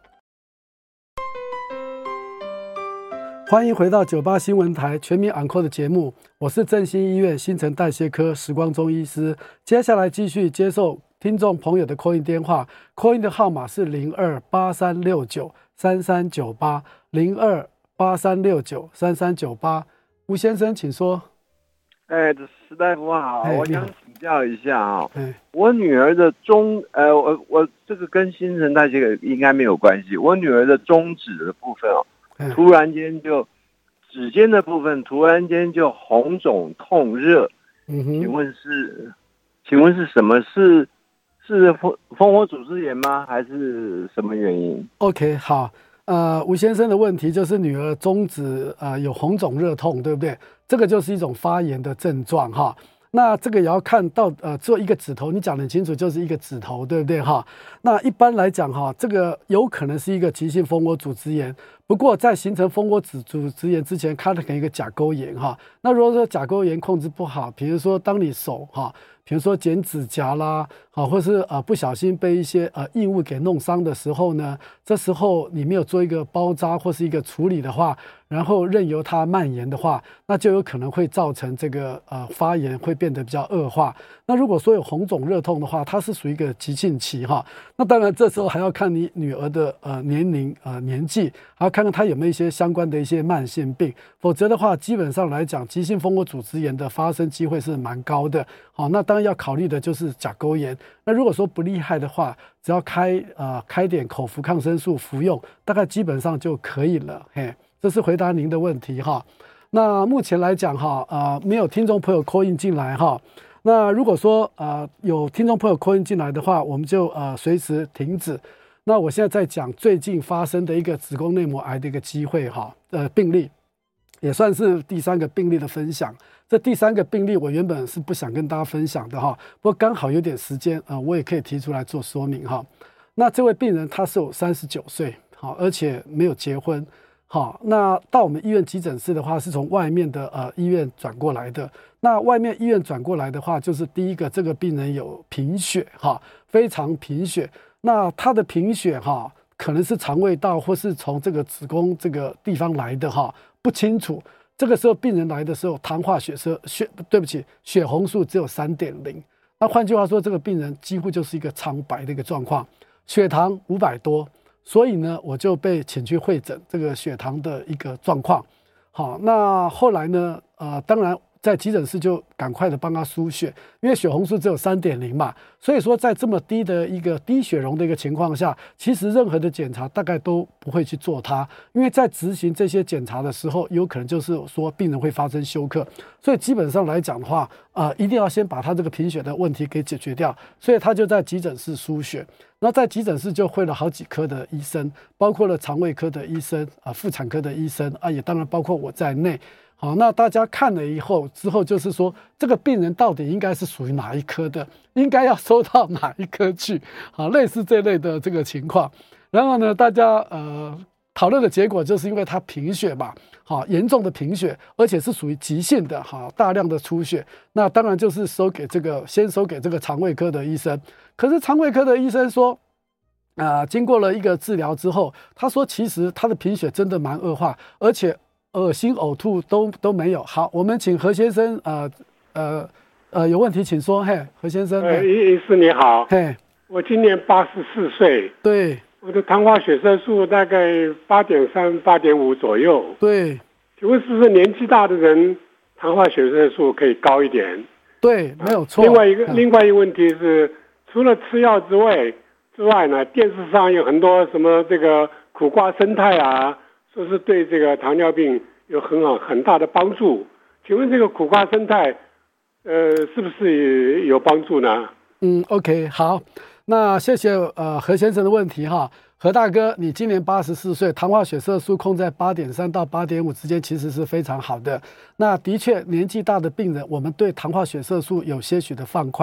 欢迎回到九八新闻台全民昂扣的节目，我是振兴医院新陈代谢科时光中医师。接下来继续接受听众朋友的 call in 电话 ，call in 的号码是零二八三六九三三九八零二八三六九三三九八。吴先生，请说。
哎，石大夫好，
哎
我想请教一下啊、
哎，
我女儿的中呃，我我这个跟新陈代谢应该没有关系。我女儿的中指的部分哦，
哎
突然间就指尖的部分突然间就红肿痛热，
嗯哼，
请问是，请问是什么？是是蜂蜂窝组织炎吗？还是什么原因
OK， 好，呃，吴先生的问题就是女儿中指呃有红肿热痛，对不对？这个就是一种发炎的症状哈。那这个也要看到呃，做一个指头，你讲得很清楚，就是一个指头，对不对哈？那一般来讲哈，这个有可能是一个急性蜂窝组织炎，不过在形成蜂窝组织炎之前，它可能一个甲沟炎哈。那如果说甲沟炎控制不好，比如说当你手哈，比如说剪指甲啦，啊，或是呃不小心被一些呃异物给弄伤的时候呢，这时候你没有做一个包扎或是一个处理的话，然后任由它蔓延的话，那就有可能会造成这个呃发炎会变得比较恶化。那如果说有红肿热痛的话，它是属于一个急性期哈。那当然这时候还要看你女儿的呃年龄呃年纪，还要看看她有没有一些相关的一些慢性病，否则的话，基本上来讲，急性蜂窝组织炎的发生机会是蛮高的。好，那当然要考虑的就是甲沟炎。那如果说不厉害的话，只要开呃开点口服抗生素服用，大概基本上就可以了。嘿，这是回答您的问题哈。那目前来讲哈，呃，没有听众朋友 call in 进来哈。那如果说呃有听众朋友 call in 进来的话，我们就呃随时停止。那我现在在讲最近发生的一个子宫内膜癌的一个机会哈，呃病例，也算是第三个病例的分享。这第三个病例我原本是不想跟大家分享的哈，不过刚好有点时间啊、呃，我也可以提出来做说明哈。那这位病人他是有三十九岁，好，而且没有结婚。好，那到我们医院急诊室的话，是从外面的呃医院转过来的。那外面医院转过来的话，就是第一个，这个病人有贫血哈，非常贫血。那他的贫血哈，可能是肠胃道或是从这个子宫这个地方来的哈，不清楚。这个时候病人来的时候，糖化血色血对不起，血红素只有 三点零。那换句话说，这个病人几乎就是一个苍白的一个状况，血糖五百多。所以呢，我就被请去会诊这个血糖的一个状况。好，那后来呢，呃，当然在急诊室就赶快的帮他输血，因为血红素只有 三点零 嘛，所以说在这么低的一个低血容的一个情况下，其实任何的检查大概都不会去做它，因为在执行这些检查的时候，有可能就是说病人会发生休克，所以基本上来讲的话，呃，一定要先把他这个贫血的问题给解决掉，所以他就在急诊室输血。那在急诊室就会了好几科的医生，包括了肠胃科的医生啊、妇产科的医生啊，也当然包括我在内。好，那大家看了以后之后，就是说这个病人到底应该是属于哪一科的，应该要收到哪一科去，好，类似这类的这个情况。然后呢，大家呃讨论的结果就是因为他贫血嘛，好，严重的贫血，而且是属于急性的，好，大量的出血，那当然就是收给这个先收给这个肠胃科的医生。可是肠胃科的医生说，啊、呃，经过了一个治疗之后，他说其实他的贫血真的蛮恶化，而且恶心呕吐都都没有。好，我们请何先生，呃呃呃，有问题请说。嘿，何先生。
呃，医师你好。
嘿，
我今年八十四岁。
对。
我的糖化血色素大概八点三、八点五左右。
对。
请问是不是年纪大的人糖化血色素可以高一点？
对，没有错。
另外一个、
嗯、
另外一个问题是，除了吃药之外之外呢，电视上有很多什么这个苦瓜生态啊，说是对这个糖尿病有很好很大的帮助。请问这个苦瓜生态，呃，是不是有帮助呢？
嗯 ，OK， 好，那谢谢呃何先生的问题哈。何大哥，你今年八十四岁，糖化血色素控在八点三到八点五之间，其实是非常好的。那的确，年纪大的病人，我们对糖化血色素有些许的放宽。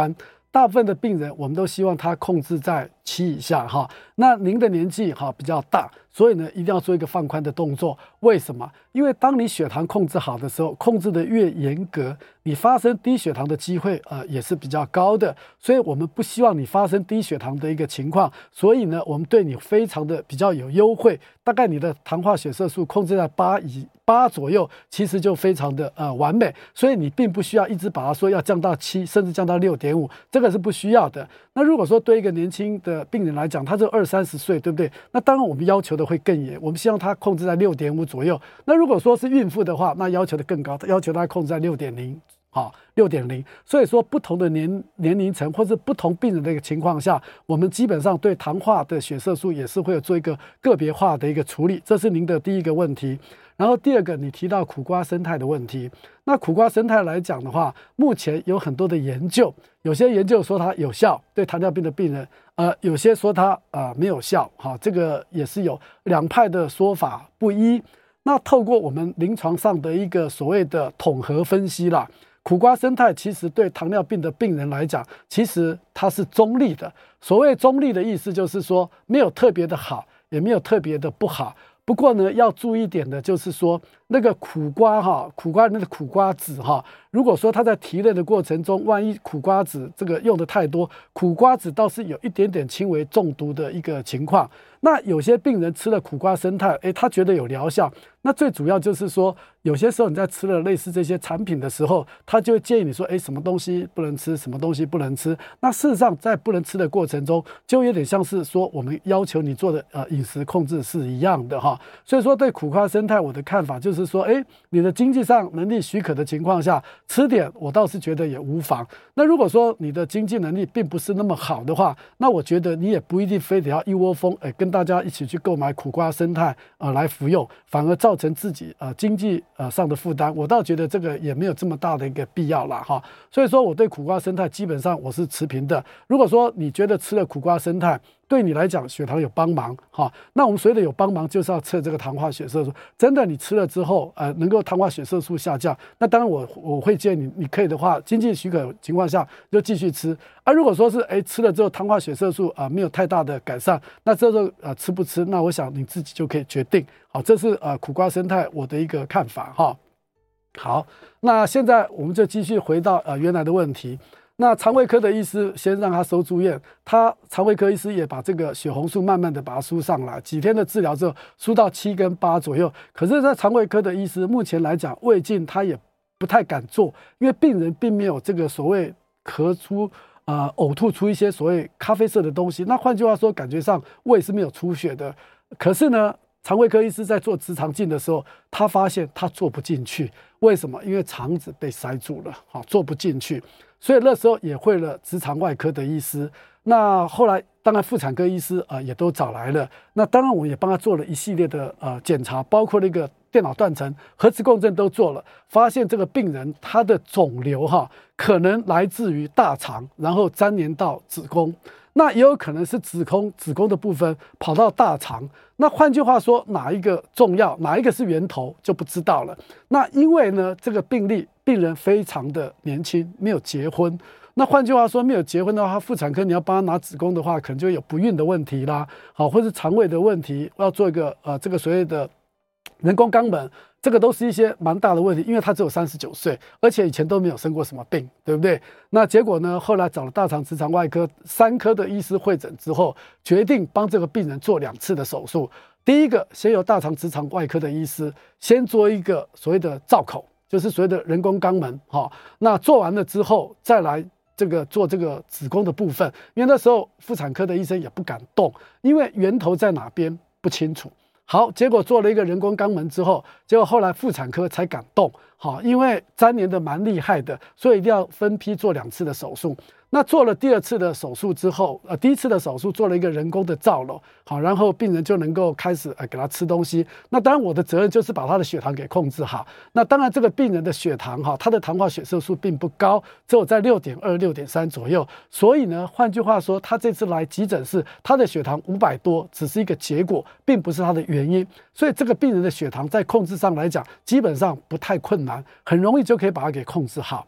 大部分的病人我们都希望他控制在七以下哈。那您的年纪哈比较大，所以呢一定要做一个放宽的动作。为什么？因为当你血糖控制好的时候，控制的越严格，你发生低血糖的机会呃也是比较高的。所以我们不希望你发生低血糖的一个情况，所以呢我们对你非常的比较有优惠，大概你的糖化血色素控制在八以八左右，其实就非常的呃完美。所以你并不需要一直把它说要降到七，甚至降到六点五，这个是不需要的。那如果说对一个年轻的病人来讲，他就二三十岁，对不对？那当然我们要求的会更严，我们希望他控制在六点五左右。那如果说是孕妇的话，那要求的更高，要求他控制在六点零。好，六点零。所以说，不同的年年龄层或是不同病人的一个情况下，我们基本上对糖化的血色素也是会有做一个个别化的一个处理。这是您的第一个问题。然后第二个，你提到苦瓜生态的问题。那苦瓜生态来讲的话，目前有很多的研究，有些研究说它有效，对糖尿病的病人，呃，有些说它呃没有效。好，这个也是有两派的说法不一。那透过我们临床上的一个所谓的统合分析啦。苦瓜生态其实对糖尿病的病人来讲，其实它是中立的。所谓中立的意思就是说，没有特别的好，也没有特别的不好。不过呢，要注意一点的就是说，那个苦瓜哈，苦瓜那个苦瓜籽哈，如果说它在提炼的过程中，万一苦瓜籽这个用的太多，苦瓜籽倒是有一点点轻微中毒的一个情况。那有些病人吃了苦瓜生态，诶，他觉得有疗效。那最主要就是说，有些时候你在吃了类似这些产品的时候，他就会建议你说，诶，什么东西不能吃，什么东西不能吃。那事实上，在不能吃的过程中，就有点像是说我们要求你做的呃饮食控制是一样的哈。所以说，对苦瓜生态，我的看法就是说，诶，你的经济上能力许可的情况下，吃点我倒是觉得也无妨。那如果说你的经济能力并不是那么好的话，那我觉得你也不一定非得要一窝蜂，诶，跟大家一起去购买苦瓜生态呃来服用，反而造成自己呃经济呃上的负担。我倒觉得这个也没有这么大的一个必要啦哈。所以说我对苦瓜生态基本上我是持平的。如果说你觉得吃了苦瓜生态对你来讲血糖有帮忙哈，那我们所谓的有帮忙就是要测这个糖化血色素。真的你吃了之后呃能够糖化血色素下降，那当然我我会建议你，你可以的话经济许可情况下就继续吃。而、啊、如果说是哎吃了之后糖化血色素啊、呃、没有太大的改善，那这时候呃吃不吃，那我想你自己就可以决定。好，这是呃苦瓜生态我的一个看法哈。好，那现在我们就继续回到呃原来的问题。那肠胃科的医师先让他收住院，他肠胃科医师也把这个血红素慢慢的把它输上来，几天的治疗之后输到七跟八左右。可是，在肠胃科的医师目前来讲，胃镜他也不太敢做，因为病人并没有这个所谓咳出呃呕吐出一些所谓咖啡色的东西。那换句话说，感觉上胃是没有出血的。可是呢，肠胃科医师在做直肠镜的时候，他发现他做不进去。为什么？因为肠子被塞住了，好，做不进去。所以那时候也会了直肠外科的医师。那后来当然妇产科医师啊、呃、也都找来了。那当然我们也帮他做了一系列的呃检查，包括那个电脑断层、核磁共振都做了，发现这个病人他的肿瘤哈可能来自于大肠，然后粘连到子宫。那也有可能是子宫子宫的部分跑到大肠。那换句话说，哪一个重要，哪一个是源头就不知道了。那因为呢，这个病例病人非常的年轻，没有结婚。那换句话说，没有结婚的话，妇产科你要帮他拿子宫的话，可能就有不孕的问题啦，好，或是肠胃的问题，要做一个呃这个所谓的人工肛门。这个都是一些蛮大的问题，因为他只有三十九岁，而且以前都没有生过什么病，对不对？那结果呢，后来找了大肠直肠外科三科的医师会诊之后，决定帮这个病人做两次的手术。第一个，先由大肠直肠外科的医师先做一个所谓的造口，就是所谓的人工肛门，哈、哦。那做完了之后，再来这个做这个子宫的部分，因为那时候妇产科的医生也不敢动，因为源头在哪边不清楚。好，结果做了一个人工肛门之后，结果后来妇产科才敢动，好，因为粘连的蛮厉害的，所以一定要分批做两次的手术。那做了第二次的手术之后，呃，第一次的手术做了一个人工的造瘘，好，然后病人就能够开始呃给他吃东西。那当然我的责任就是把他的血糖给控制好。那当然这个病人的血糖哈，他的糖化血色素并不高，只有在六点二、六点三左右。所以呢，换句话说，他这次来急诊室，他的血糖五百多，只是一个结果，并不是他的原因。所以这个病人的血糖在控制上来讲，基本上不太困难，很容易就可以把它给控制好。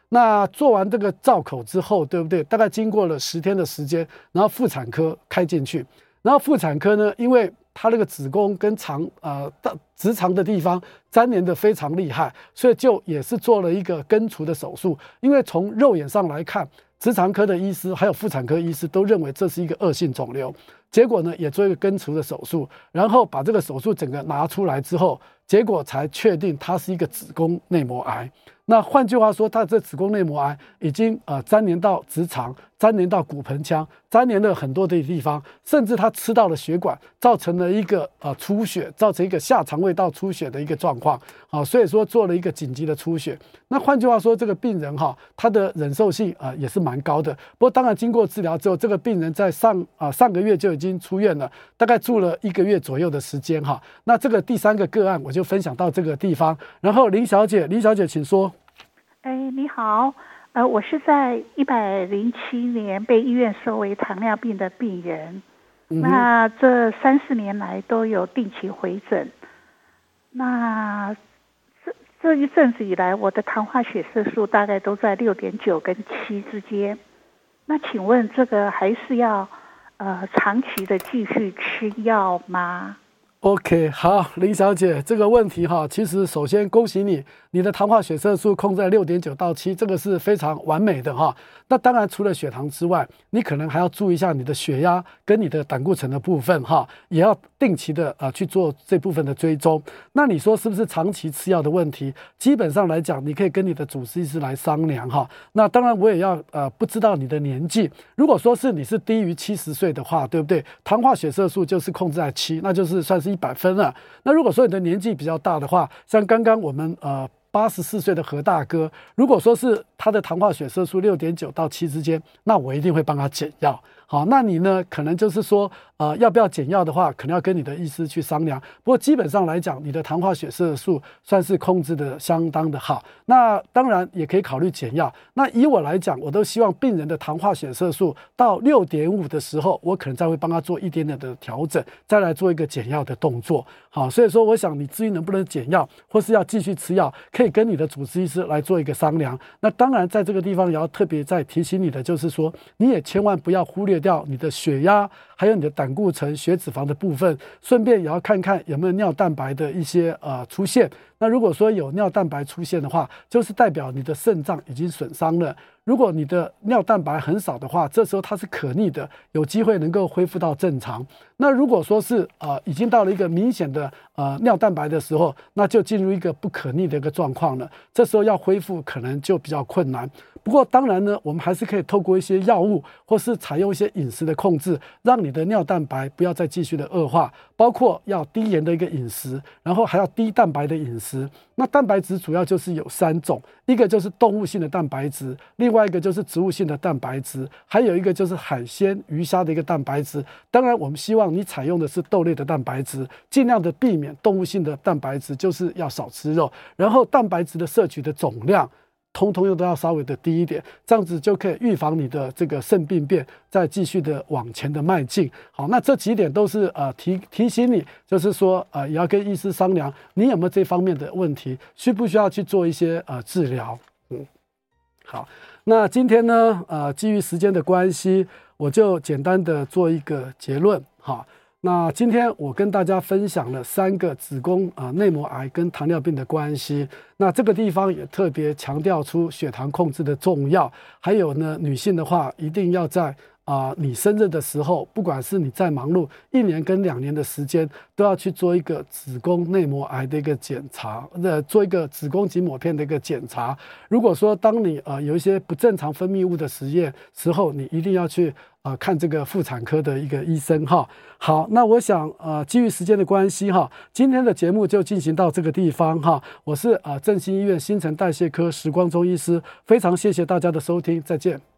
那做完这个造口之后，对不对？大概经过了十天的时间，然后妇产科开进去，然后妇产科呢，因为它那个子宫跟肠呃直肠的地方粘连的非常厉害，所以就也是做了一个根除的手术。因为从肉眼上来看，直肠科的医师还有妇产科医师都认为这是一个恶性肿瘤，结果呢也做一个根除的手术，然后把这个手术整个拿出来之后，结果才确定它是一个子宫内膜癌。那换句话说，它这子宫内膜癌已经呃粘连到直肠，粘连到骨盆腔，粘连了很多的地方，甚至它吃到了血管，造成了一个呃出血，造成一个下肠胃道出血的一个状况。好、哦，所以说做了一个紧急的出血。那换句话说，这个病人哈、哦，他的忍受性啊、呃、也是蛮高的。不过当然经过治疗之后，这个病人在上啊、呃、上个月就已经出院了，大概住了一个月左右的时间哈、哦。那这个第三个个案我就分享到这个地方。然后林小姐，林小姐请说。
哎，你好，呃，我是在一百零七年被医院收为糖尿病的病人，嗯、那这三四年来都有定期回诊。那这这一阵子以来，我的糖化血色素大概都在六点九跟七之间。那请问这个还是要呃长期的继续吃药吗
？OK， 好，林小姐，这个问题哈，其实首先恭喜你，你的糖化血色素控制在六点九到七，这个是非常完美的哈。那当然除了血糖之外，你可能还要注意一下你的血压跟你的胆固醇的部分哈，也要定期的啊、呃、去做这部分的追踪。那你说是不是长期吃药的问题？基本上来讲，你可以跟你的主治医师来商量哈。那当然我也要呃不知道你的年纪，如果说是你是低于七十岁的话，对不对？糖化血色素就是控制在七，那就是算是一百分了。那如果说你的年纪比较大的话，像刚刚我们呃八十四岁的何大哥，如果说是他的糖化血色素六点九到七之间，那我一定会帮他减药。好，那你呢？可能就是说，呃，要不要减药的话，可能要跟你的医师去商量。不过基本上来讲，你的糖化血色素算是控制的相当的好。那当然也可以考虑减药。那以我来讲，我都希望病人的糖化血色素到六点五的时候，我可能再会帮他做一点点的调整，再来做一个减药的动作。好，所以说我想你至于能不能减药，或是要继续吃药，可以跟你的主治医师来做一个商量。那当然在这个地方也要特别再提醒你的，就是说你也千万不要忽略掉你的血压，还有你的胆固醇、血脂肪的部分，顺便也要看看有没有尿蛋白的一些呃出现。那如果说有尿蛋白出现的话，就是代表你的肾脏已经损伤了。如果你的尿蛋白很少的话，这时候它是可逆的，有机会能够恢复到正常。那如果说是呃已经到了一个明显的呃尿蛋白的时候，那就进入一个不可逆的一个状况了。这时候要恢复可能就比较困难。不过当然呢，我们还是可以透过一些药物，或是采用一些饮食的控制，让你的尿蛋白不要再继续的恶化，包括要低盐的一个饮食，然后还要低蛋白的饮食。那蛋白质主要就是有三种，一个就是动物性的蛋白质，另外一个就是植物性的蛋白质，还有一个就是海鲜、鱼虾的一个蛋白质。当然我们希望你采用的是豆类的蛋白质，尽量的避免动物性的蛋白质，就是要少吃肉，然后蛋白质的摄取的总量通通又都要稍微的低一点，这样子就可以预防你的这个肾病变再继续的往前的迈进。好，那这几点都是呃提提醒你，就是说呃也要跟医师商量，你有没有这方面的问题，需不需要去做一些呃治疗。嗯，好，那今天呢呃基于时间的关系，我就简单的做一个结论。好，那今天我跟大家分享了三个子宫啊、呃、内膜癌跟糖尿病的关系。那这个地方也特别强调出血糖控制的重要，还有呢，女性的话一定要在啊、呃、你生日的时候，不管是你再忙碌，一年跟两年的时间，都要去做一个子宫内膜癌的一个检查，呃，做一个子宫颈抹片的一个检查。如果说当你呃有一些不正常分泌物的实验时候，你一定要去呃看这个妇产科的一个医生哈。好，那我想呃基于时间的关系哈，今天的节目就进行到这个地方哈。我是呃振兴医院新陈代谢科时光中医师，非常谢谢大家的收听，再见。